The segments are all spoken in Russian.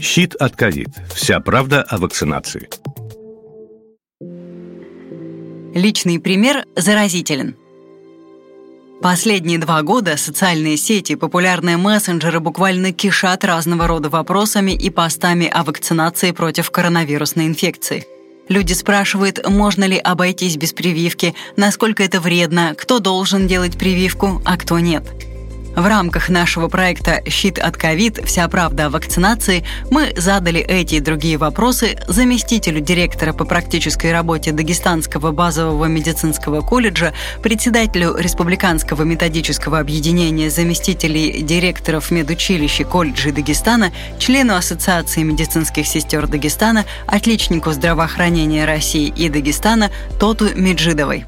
Щит от ковид. Вся правда о вакцинации. Личный пример заразителен. Последние 2 года социальные сети и популярные мессенджеры буквально кишат разного рода вопросами и постами о вакцинации против коронавирусной инфекции. Люди спрашивают, можно ли обойтись без прививки, насколько это вредно, кто должен делать прививку, а кто нет. В рамках нашего проекта «Щит от ковид. Вся правда о вакцинации» мы задали эти и другие вопросы заместителю директора по практической работе Дагестанского базового медицинского колледжа, председателю Республиканского методического объединения заместителей директоров медучилищ и колледжей Дагестана, члену Ассоциации медицинских сестер Дагестана, отличнику здравоохранения России и Дагестана Тоту Меджидовой.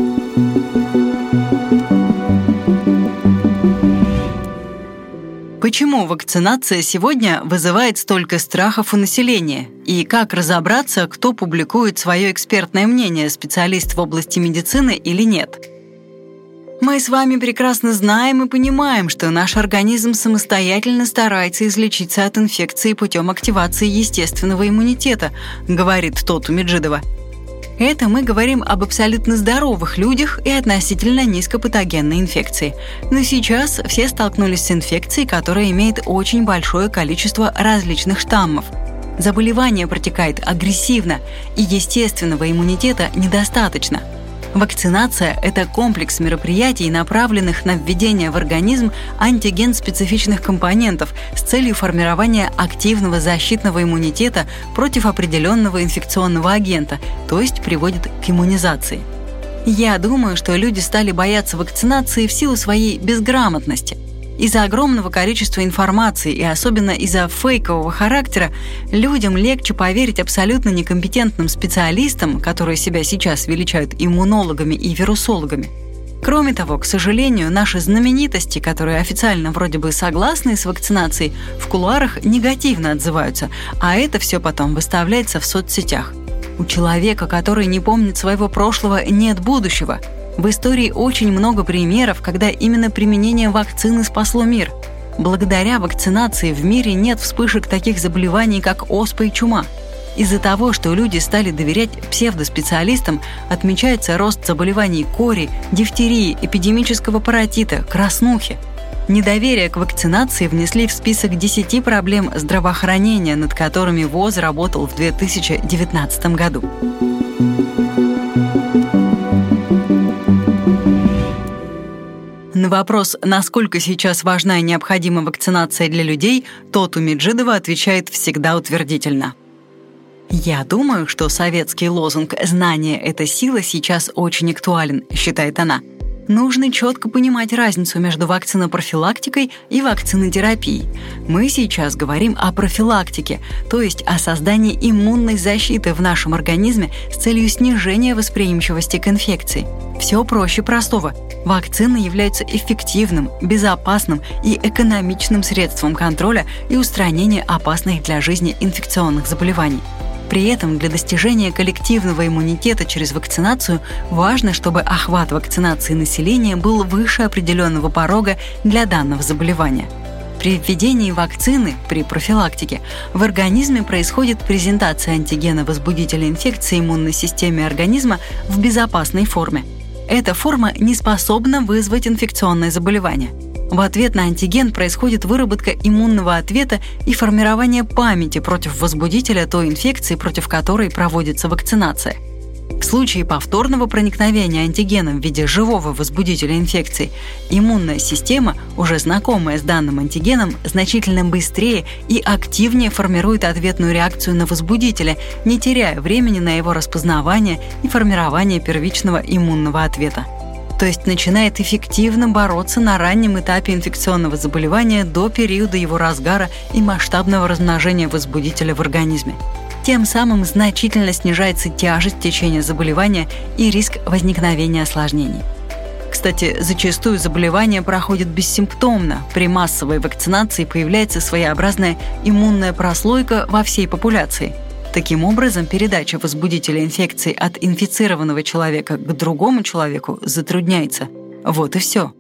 Почему вакцинация сегодня вызывает столько страхов у населения? И как разобраться, кто публикует свое экспертное мнение, специалист в области медицины или нет? Мы с вами прекрасно знаем и понимаем, что наш организм самостоятельно старается излечиться от инфекции путем активации естественного иммунитета, говорит Тоту Меджидова. Это мы говорим об абсолютно здоровых людях и относительно низкопатогенной инфекции. Но сейчас все столкнулись с инфекцией, которая имеет очень большое количество различных штаммов. Заболевание протекает агрессивно, и естественного иммунитета недостаточно. Вакцинация – это комплекс мероприятий, направленных на введение в организм антиген-специфичных компонентов с целью формирования активного защитного иммунитета против определенного инфекционного агента, то есть приводит к иммунизации. Я думаю, что люди стали бояться вакцинации в силу своей безграмотности. Из-за огромного количества информации и особенно из-за фейкового характера людям легче поверить абсолютно некомпетентным специалистам, которые себя сейчас величают иммунологами и вирусологами. Кроме того, к сожалению, наши знаменитости, которые официально вроде бы согласны с вакцинацией, в кулуарах негативно отзываются, а это все потом выставляется в соцсетях. У человека, который не помнит своего прошлого, нет будущего. В истории очень много примеров, когда именно применение вакцины спасло мир. Благодаря вакцинации в мире нет вспышек таких заболеваний, как оспа и чума. Из-за того, что люди стали доверять псевдоспециалистам, отмечается рост заболеваний кори, дифтерии, эпидемического паротита, краснухи. Недоверие к вакцинации внесли в список 10 проблем здравоохранения, над которыми ВОЗ работал в 2019 году. На вопрос, насколько сейчас важна и необходима вакцинация для людей, Тоту Меджидова отвечает всегда утвердительно. «Я думаю, что советский лозунг «Знание – это сила» сейчас очень актуален», считает она. Нужно четко понимать разницу между вакцинопрофилактикой и вакцинотерапией. Мы сейчас говорим о профилактике, то есть о создании иммунной защиты в нашем организме с целью снижения восприимчивости к инфекции. Все проще простого. Вакцины являются эффективным, безопасным и экономичным средством контроля и устранения опасных для жизни инфекционных заболеваний. При этом для достижения коллективного иммунитета через вакцинацию важно, чтобы охват вакцинации населения был выше определенного порога для данного заболевания. При введении вакцины, при профилактике, в организме происходит презентация антигена-возбудителя инфекции иммунной системе организма в безопасной форме. Эта форма не способна вызвать инфекционное заболевание. В ответ на антиген происходит выработка иммунного ответа и формирование памяти против возбудителя той инфекции, против которой проводится вакцинация. В случае повторного проникновения антигена в виде живого возбудителя инфекции, иммунная система, уже знакомая с данным антигеном, значительно быстрее и активнее формирует ответную реакцию на возбудителя, не теряя времени на его распознавание и формирование первичного иммунного ответа. То есть начинает эффективно бороться на раннем этапе инфекционного заболевания до периода его разгара и масштабного размножения возбудителя в организме. Тем самым значительно снижается тяжесть течения заболевания и риск возникновения осложнений. Кстати, зачастую заболевание проходит бессимптомно. При массовой вакцинации появляется своеобразная иммунная прослойка во всей популяции. Таким образом, передача возбудителя инфекции от инфицированного человека к другому человеку затрудняется. Вот и все.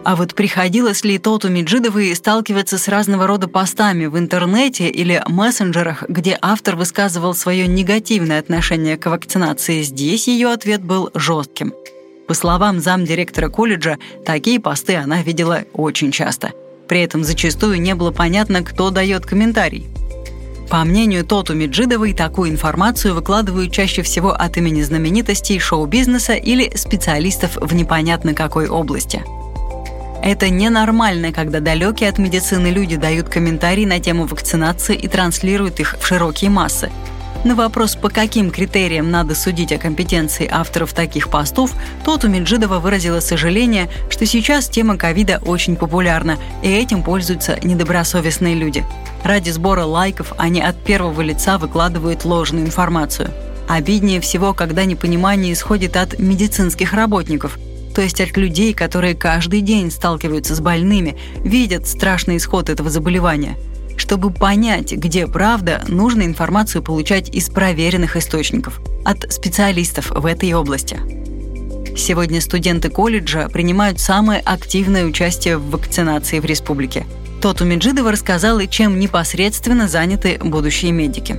А вот приходилось ли Тоту Меджидовой сталкиваться с разного рода постами в интернете или мессенджерах, где автор высказывал свое негативное отношение к вакцинации? Здесь ее ответ был жестким. По словам замдиректора колледжа, такие посты она видела очень часто. При этом зачастую не было понятно, кто дает комментарий. По мнению Тоту Меджидовой, такую информацию выкладывают чаще всего от имени знаменитостей шоу-бизнеса или специалистов в непонятно какой области. Это ненормально, когда далекие от медицины люди дают комментарии на тему вакцинации и транслируют их в широкие массы. На вопрос, по каким критериям надо судить о компетенции авторов таких постов, Тоту Меджидова выразила сожаление, что сейчас тема ковида очень популярна, и этим пользуются недобросовестные люди. Ради сбора лайков они от первого лица выкладывают ложную информацию. Обиднее всего, когда непонимание исходит от медицинских работников, то есть от людей, которые каждый день сталкиваются с больными, видят страшный исход этого заболевания. Чтобы понять, где правда, нужно информацию получать из проверенных источников, от специалистов в этой области. Сегодня студенты колледжа принимают самое активное участие в вакцинации в республике. Тоту Меджидова рассказала, чем непосредственно заняты будущие медики.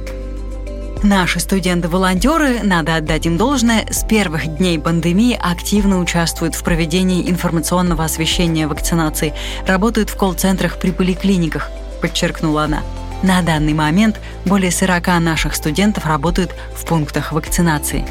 Наши студенты-волонтеры, надо отдать им должное, с первых дней пандемии активно участвуют в проведении информационного освещения вакцинации, работают в колл-центрах при поликлиниках, подчеркнула она. На данный момент более 40 наших студентов работают в пунктах вакцинации.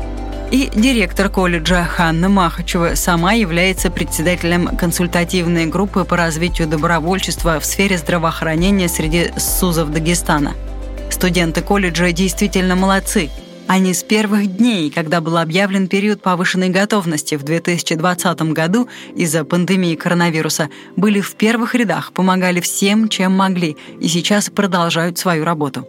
И директор колледжа Ханна Махачева сама является председателем консультативной группы по развитию добровольчества в сфере здравоохранения среди СУЗов Дагестана. Студенты колледжа действительно молодцы. Они с первых дней, когда был объявлен период повышенной готовности в 2020 году из-за пандемии коронавируса, были в первых рядах, помогали всем, чем могли, и сейчас продолжают свою работу.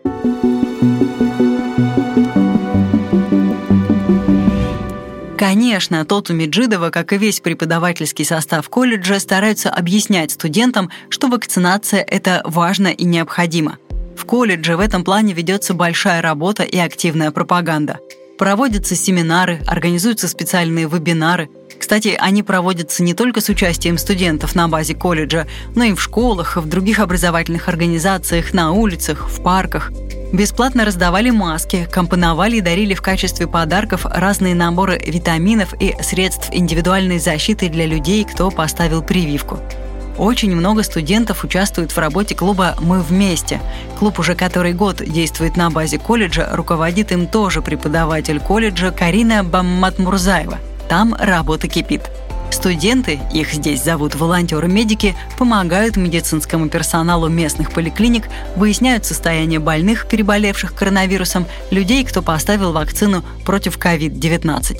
Конечно, Тоту Меджидова, как и весь преподавательский состав колледжа, стараются объяснять студентам, что вакцинация – это важно и необходимо. В колледже в этом плане ведется большая работа и активная пропаганда. Проводятся семинары, организуются специальные вебинары. Кстати, они проводятся не только с участием студентов на базе колледжа, но и в школах, в других образовательных организациях, на улицах, в парках. Бесплатно раздавали маски, компоновали и дарили в качестве подарков разные наборы витаминов и средств индивидуальной защиты для людей, кто поставил прививку. Очень много студентов участвуют в работе клуба «Мы вместе». Клуб уже который год действует на базе колледжа, руководит им тоже преподаватель колледжа Карина Бамматмурзаева. Там работа кипит. Студенты, их здесь зовут волонтеры-медики, помогают медицинскому персоналу местных поликлиник, выясняют состояние больных, переболевших коронавирусом, людей, кто поставил вакцину против COVID-19.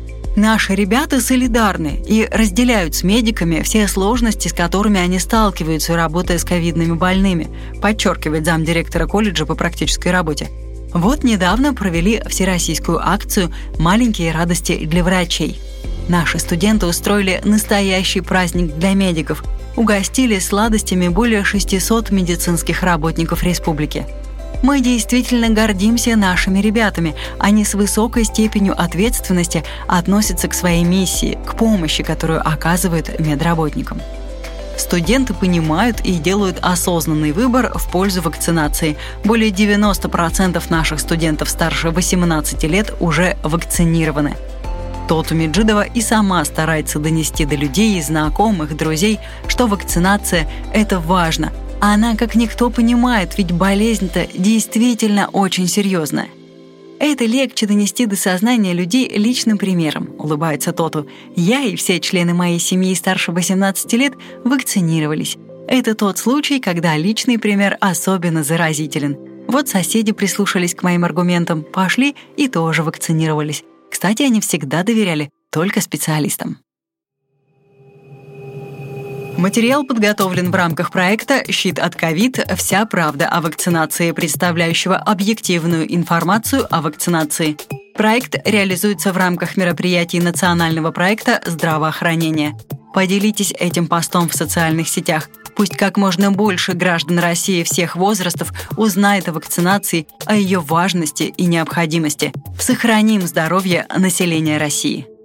Наши ребята солидарны и разделяют с медиками все сложности, с которыми они сталкиваются, работая с ковидными больными, подчеркивает замдиректора колледжа по практической работе. Вот недавно провели всероссийскую акцию «Маленькие радости для врачей». Наши студенты устроили настоящий праздник для медиков, угостили сладостями более 600 медицинских работников республики. Мы действительно гордимся нашими ребятами. Они с высокой степенью ответственности относятся к своей миссии, к помощи, которую оказывают медработникам. Студенты понимают и делают осознанный выбор в пользу вакцинации. Более 90% наших студентов старше 18 лет уже вакцинированы. Тоту Меджидова и сама старается донести до людей, знакомых, друзей, что вакцинация – это важно. Она как никто понимает, ведь болезнь-то действительно очень серьезная. Это легче донести до сознания людей личным примером, улыбается Тоту. Я и все члены моей семьи старше 18 лет вакцинировались. Это тот случай, когда личный пример особенно заразителен. Вот соседи прислушались к моим аргументам, пошли и тоже вакцинировались. Кстати, они всегда доверяли только специалистам. Материал подготовлен в рамках проекта «Щит от ковид. Вся правда о вакцинации», представляющего объективную информацию о вакцинации. Проект реализуется в рамках мероприятий национального проекта «Здравоохранение». Поделитесь этим постом в социальных сетях. Пусть как можно больше граждан России всех возрастов узнает о вакцинации, о ее важности и необходимости. Сохраним здоровье населения России.